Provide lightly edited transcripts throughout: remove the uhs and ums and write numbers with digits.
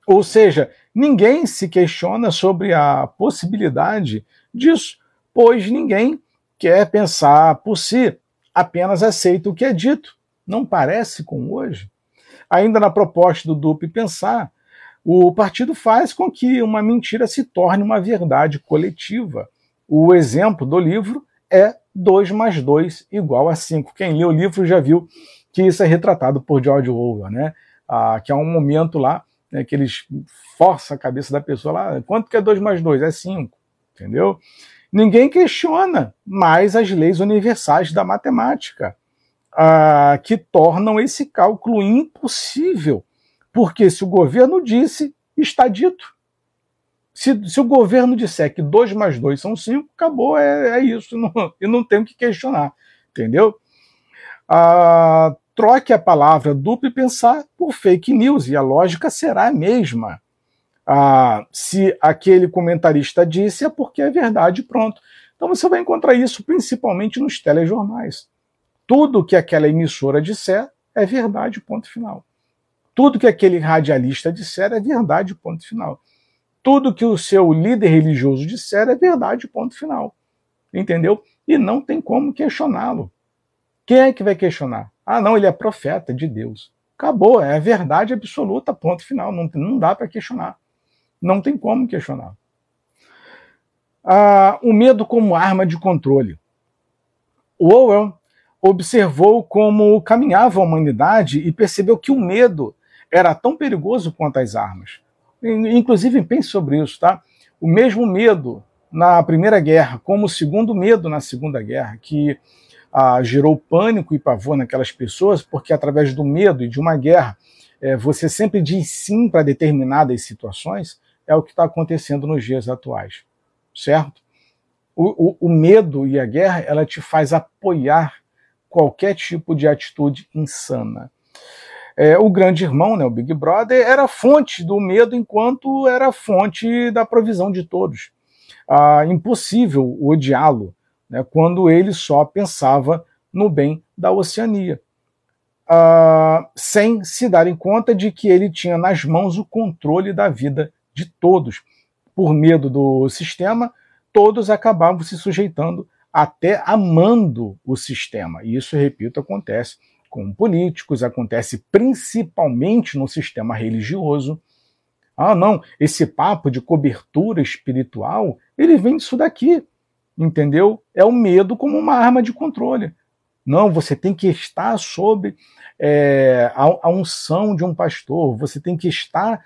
Ou seja, ninguém se questiona sobre a possibilidade disso, pois ninguém quer pensar por si, apenas aceita o que é dito. Não parece com hoje? Ainda na proposta do Dupe Pensar, o partido faz com que uma mentira se torne uma verdade coletiva. O exemplo do livro é 2 mais 2 igual a 5. Quem lê o livro já viu que isso é retratado por George Orwell, né? Que é um momento lá, né, que eles forçam a cabeça da pessoa lá, quanto que é 2 mais 2? É 5, entendeu? Ninguém questiona mais as leis universais da matemática, que tornam esse cálculo impossível. Porque se o governo disse, está dito. Se o governo disser que 2 mais 2 são 5, acabou, é isso, e não tem o que questionar, entendeu? Troque a palavra duplo e pensar por fake news, e a lógica será a mesma. Se aquele comentarista disse, é porque é verdade, pronto. Então você vai encontrar isso principalmente nos telejornais. Tudo que aquela emissora disser é verdade, ponto final. Tudo que aquele radialista disser é verdade, ponto final. Tudo que o seu líder religioso disser é verdade, ponto final. Entendeu? E não tem como questioná-lo. Quem é que vai questionar? Não, ele é profeta de Deus. Acabou, é a verdade absoluta, ponto final. Não dá para questionar. Não tem como questionar. O medo como arma de controle. Orwell observou como caminhava a humanidade e percebeu que o medo era tão perigoso quanto as armas. Inclusive, pense sobre isso, tá? O mesmo medo na Primeira Guerra, como o segundo medo na Segunda Guerra, que gerou pânico e pavor naquelas pessoas, porque através do medo e de uma guerra, você sempre diz sim para determinadas situações, é o que está acontecendo nos dias atuais, certo? O medo e a guerra, ela te faz apoiar qualquer tipo de atitude insana. O grande irmão, né, o Big Brother, era fonte do medo enquanto era fonte da provisão de todos. Impossível odiá-lo, né, quando ele só pensava no bem da Oceania, sem se darem conta de que ele tinha nas mãos o controle da vida de todos. Por medo do sistema, todos acabavam se sujeitando, até amando o sistema. E isso, repito, acontece com políticos, acontece principalmente no sistema religioso. Não, esse papo de cobertura espiritual, ele vem disso daqui, entendeu? É o medo como uma arma de controle. Não, você tem que estar sob a unção de um pastor, você tem que estar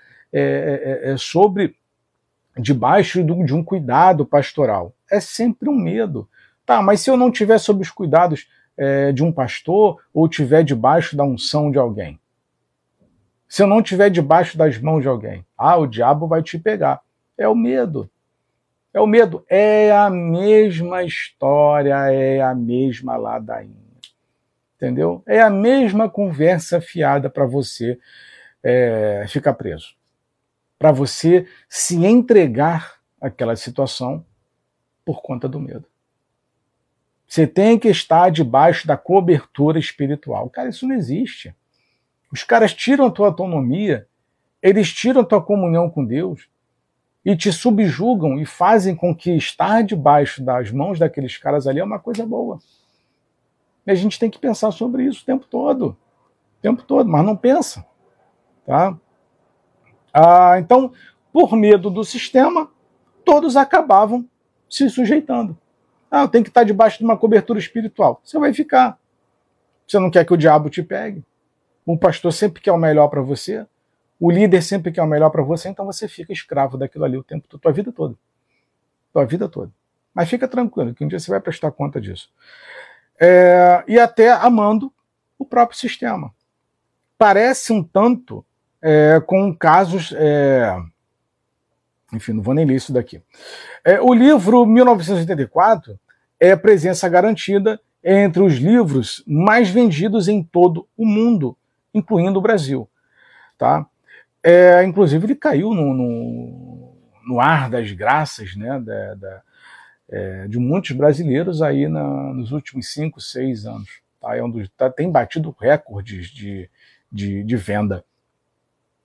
debaixo de um cuidado pastoral. É sempre um medo. Tá, mas se eu não estiver sob os cuidados de um pastor ou estiver debaixo da unção de alguém? Se eu não estiver debaixo das mãos de alguém? O diabo vai te pegar. É o medo. É o medo. É a mesma história, é a mesma ladainha. Entendeu? É a mesma conversa fiada para você ficar preso. Para você se entregar àquela situação por conta do medo. Você tem que estar debaixo da cobertura espiritual. Cara, isso não existe. Os caras tiram a tua autonomia, eles tiram a tua comunhão com Deus e te subjugam e fazem com que estar debaixo das mãos daqueles caras ali é uma coisa boa. E a gente tem que pensar sobre isso o tempo todo, mas não pensa. Tá? Então, por medo do sistema, todos acabavam se sujeitando. Eu tenho que estar debaixo de uma cobertura espiritual. Você vai ficar. Você não quer que o diabo te pegue. O pastor sempre quer o melhor para você. O líder sempre quer o melhor para você. Então você fica escravo daquilo ali o tempo todo, tua vida toda. Tua vida toda. Mas fica tranquilo, que um dia você vai prestar conta disso. E até amando o próprio sistema. Parece um tanto com casos... Enfim, não vou nem ler isso daqui. O livro 1984 é presença garantida entre os livros mais vendidos em todo o mundo, incluindo o Brasil. Tá? Inclusive, ele caiu no ar das graças, né, de muitos brasileiros aí nos últimos 5, 6 anos. Tá? Tem batido recordes de venda.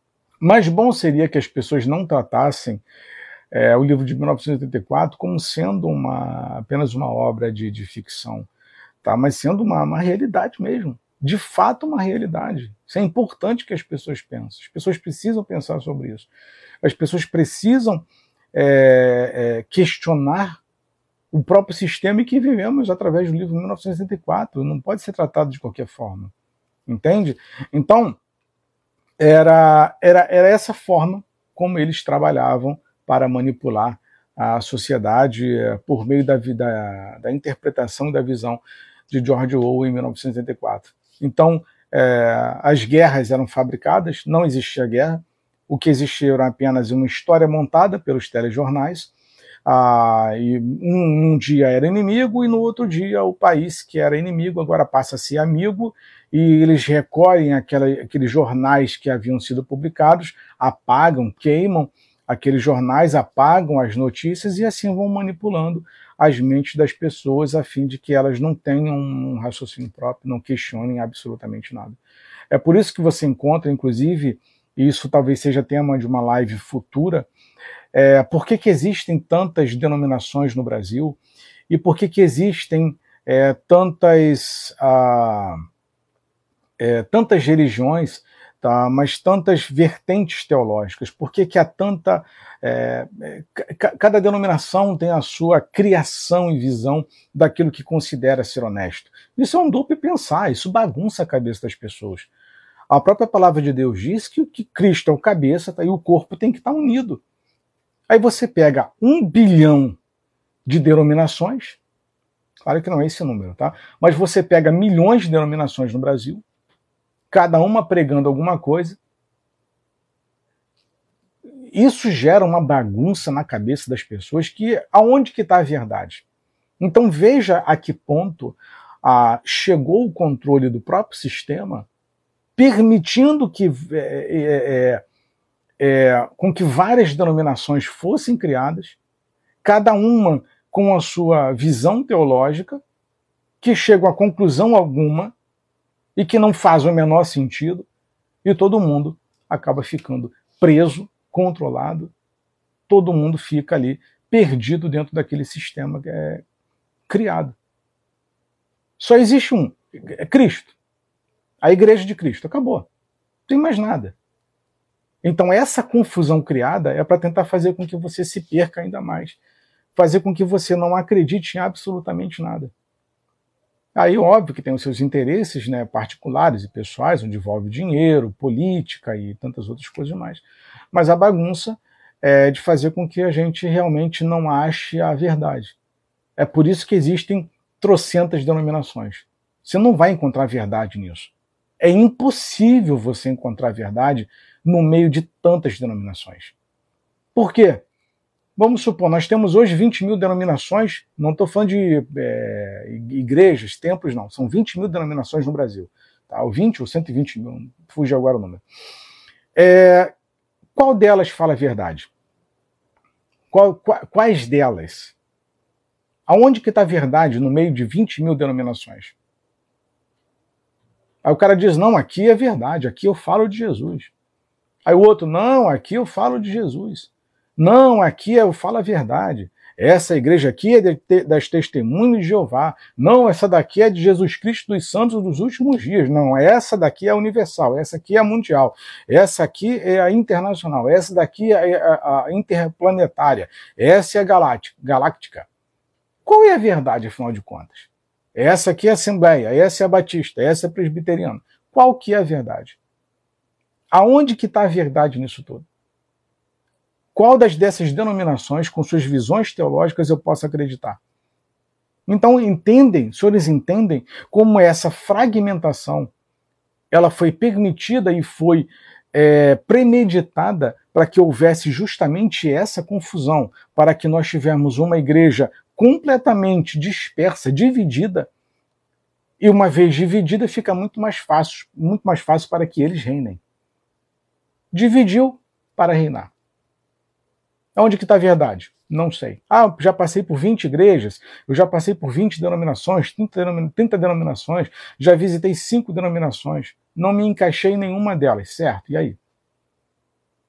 mais bom seria que as pessoas não tratassem o livro de 1984 como sendo apenas uma obra de ficção, tá? Mas sendo uma realidade mesmo, de fato uma realidade. Isso é importante que as pessoas pensem. As pessoas precisam pensar sobre isso. As pessoas precisam questionar o próprio sistema em que vivemos através do livro de 1984. Não pode ser tratado de qualquer forma. Entende? Então, era essa forma como eles trabalhavam para manipular a sociedade por meio da interpretação e da visão de George Orwell em 1984. Então, as guerras eram fabricadas, não existia guerra, o que existia era apenas uma história montada pelos telejornais, e um dia era inimigo e no outro dia o país que era inimigo agora passa a ser amigo, e eles recolhem aqueles jornais que haviam sido publicados, apagam, queimam aqueles jornais, apagam as notícias e assim vão manipulando as mentes das pessoas a fim de que elas não tenham um raciocínio próprio, não questionem absolutamente nada. É por isso que você encontra, inclusive, e isso talvez seja tema de uma live futura, por que existem tantas denominações no Brasil e por que existem tantas religiões, tá, mas tantas vertentes teológicas? Por que há tanta... cada denominação tem a sua criação e visão daquilo que considera ser honesto. Isso é um duplo pensar, isso bagunça a cabeça das pessoas. A própria palavra de Deus diz que Cristo é o cabeça, tá, e o corpo tem que estar unido. Aí você pega 1 bilhão de denominações, claro que não é esse número, tá? Mas você pega milhões de denominações no Brasil, cada uma pregando alguma coisa. Isso gera uma bagunça na cabeça das pessoas, que aonde que está a verdade? Então veja a que ponto chegou o controle do próprio sistema, permitindo que com que várias denominações fossem criadas, cada uma com a sua visão teológica, que chegam a conclusão alguma e que não faz o menor sentido, e todo mundo acaba ficando preso, controlado, todo mundo fica ali perdido dentro daquele sistema criado. Só existe Cristo, a Igreja de Cristo, acabou, não tem mais nada. Então essa confusão criada é para tentar fazer com que você se perca ainda mais, fazer com que você não acredite em absolutamente nada. Aí, óbvio que tem os seus interesses, né, particulares e pessoais, onde envolve dinheiro, política e tantas outras coisas mais. Mas a bagunça é de fazer com que a gente realmente não ache a verdade. É por isso que existem trocentas denominações. Você não vai encontrar verdade nisso. É impossível você encontrar verdade no meio de tantas denominações. Por quê? Vamos supor, nós temos hoje 20 mil denominações, não estou falando de igrejas, templos, não, são 20 mil denominações no Brasil. Tá? Ou 20 ou 120 mil, fugiu agora o número. Qual delas fala a verdade? Quais delas? Aonde que está a verdade no meio de 20 mil denominações? Aí o cara diz, não, aqui é verdade, aqui eu falo de Jesus. Aí o outro, não, aqui eu falo de Jesus. Não, aqui eu falo a verdade. Essa igreja aqui é das Testemunhas de Jeová. Não, essa daqui é de Jesus Cristo dos Santos dos Últimos Dias. Não, essa daqui é a universal, essa aqui é a mundial, essa aqui é a internacional, essa daqui é a interplanetária, essa é a galáctica. Qual é a verdade, afinal de contas? Essa aqui é a Assembleia, essa é a Batista, essa é a Presbiteriana. Qual que é a verdade? Aonde que está a verdade nisso tudo? Qual dessas denominações, com suas visões teológicas, eu posso acreditar? Então, os senhores entendem como essa fragmentação ela foi permitida e foi premeditada para que houvesse justamente essa confusão, para que nós tivermos uma igreja completamente dispersa, dividida, e uma vez dividida fica muito mais fácil para que eles reinem. Dividiu para reinar. Onde que está a verdade? Não sei. Já passei por 20 igrejas, eu já passei por 20 denominações, 30 denominações, já visitei 5 denominações, não me encaixei em nenhuma delas, certo? E aí?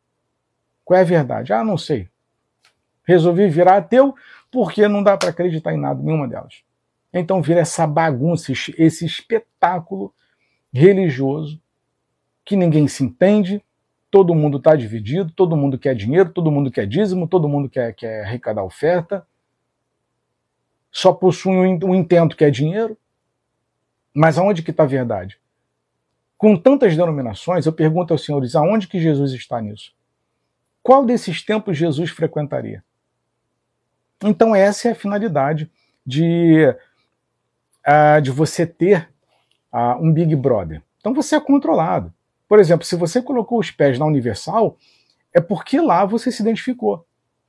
Qual é a verdade? Ah, não sei. Resolvi virar ateu porque não dá para acreditar em nada, nenhuma delas. Então vira essa bagunça, esse espetáculo religioso que ninguém se entende, todo mundo está dividido, todo mundo quer dinheiro, todo mundo quer dízimo, todo mundo quer arrecadar oferta, só possui um intento que é dinheiro. Mas aonde que está a verdade? Com tantas denominações, eu pergunto aos senhores, aonde que Jesus está nisso? Qual desses templos Jesus frequentaria? Então essa é a finalidade de você ter um Big Brother. Então você é controlado. Por exemplo, se você colocou os pés na Universal, é porque lá você se identificou.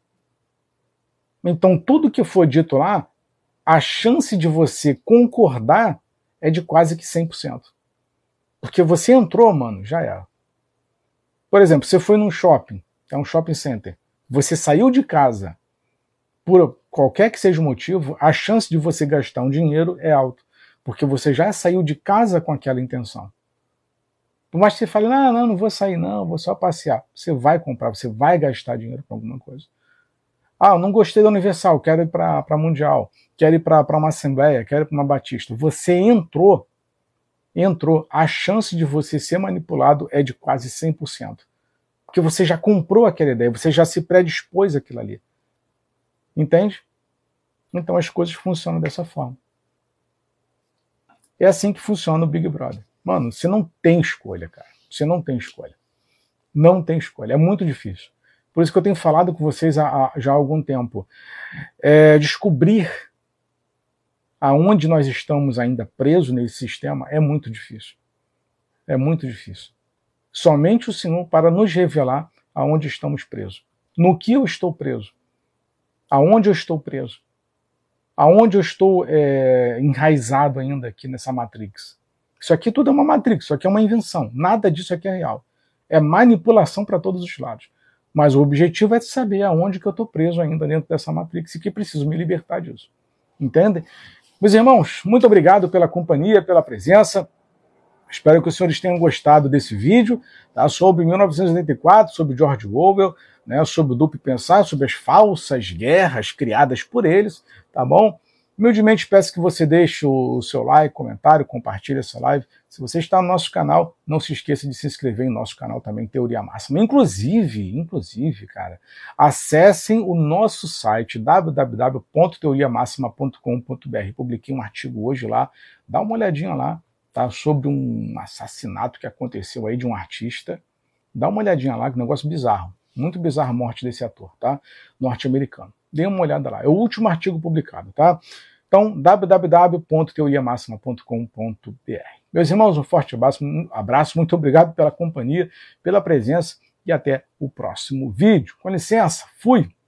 Então tudo que for dito lá, a chance de você concordar é de quase que 100%. Porque você entrou, mano, já era. Por exemplo, você foi num shopping, é um shopping center, você saiu de casa, por qualquer que seja o motivo, a chance de você gastar um dinheiro é alta. Porque você já saiu de casa com aquela intenção. Por mais que você fale, não vou sair não, vou só passear. Você vai comprar, você vai gastar dinheiro com alguma coisa. Ah, eu não gostei da Universal, quero ir para a Mundial, quero ir para uma Assembleia, quero ir para uma Batista. Você entrou, a chance de você ser manipulado é de quase 100%. Porque você já comprou aquela ideia, você já se predispôs àquilo ali. Entende? Então as coisas funcionam dessa forma. É assim que funciona o Big Brother. Mano, você não tem escolha, cara. Você não tem escolha. Não tem escolha. É muito difícil. Por isso que eu tenho falado com vocês já há algum tempo. Descobrir aonde nós estamos ainda presos nesse sistema é muito difícil. É muito difícil. Somente o Senhor para nos revelar aonde estamos presos. No que eu estou preso. Aonde eu estou preso. Aonde eu estou enraizado ainda aqui nessa Matrix. Isso aqui tudo é uma Matrix, isso aqui é uma invenção. Nada disso aqui é real. É manipulação para todos os lados. Mas o objetivo é saber aonde que eu estou preso ainda dentro dessa Matrix e que preciso me libertar disso. Entende? Meus irmãos, muito obrigado pela companhia, pela presença. Espero que os senhores tenham gostado desse vídeo, tá? Sobre 1984, sobre George Orwell, né? Sobre o duplo pensar, sobre as falsas guerras criadas por eles, tá bom? Humildemente peço que você deixe o seu like, comentário, compartilhe essa live. Se você está no nosso canal, não se esqueça de se inscrever em nosso canal também, Teoria Máxima. Inclusive, cara, acessem o nosso site www.teoriamaxima.com.br. Publiquei um artigo hoje lá, dá uma olhadinha lá, tá? Sobre um assassinato que aconteceu aí de um artista. Dá uma olhadinha lá, que negócio bizarro. Muito bizarra a morte desse ator, tá? Norte-americano. Dê uma olhada lá. É o último artigo publicado, tá? Então, www.teoriamaxima.com.br. Meus irmãos, um forte abraço, muito obrigado pela companhia, pela presença e até o próximo vídeo. Com licença, fui!